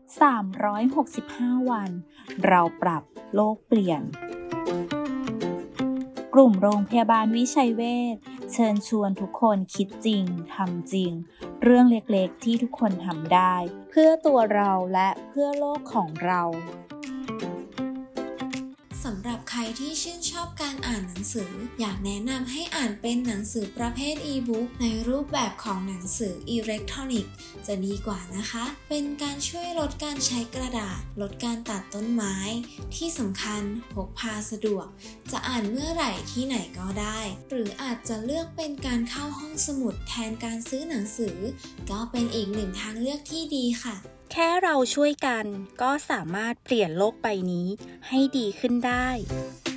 365 วันเราปรับโลกเปลี่ยนกลุ่มโรงพยาบาลวิชัยเวชเชิญชวนทุกคนคิดจริงทำจริงเรื่องเล็กๆที่ทุกคนทำได้เพื่อตัวเราและเพื่อโลกของเราสำหรับใครที่ชื่นชอบการอ่านหนังสืออยากแนะนำให้อ่านเป็นหนังสือประเภทอีบุ๊กในรูปแบบของหนังสืออิเล็กทรอนิกส์จะดีกว่านะคะเป็นการช่วยลดการใช้กระดาษลดการตัดต้นไม้ที่สำคัญพกพาสะดวกจะอ่านเมื่อไหร่ที่ไหนก็ได้หรืออาจจะเลือกเป็นการเข้าห้องสมุดแทนการซื้อหนังสือก็เป็นอีกหนึ่งทางเลือกที่ดีค่ะแค่เราช่วยกันก็สามารถเปลี่ยนโลกใบนี้ให้ดีขึ้นได้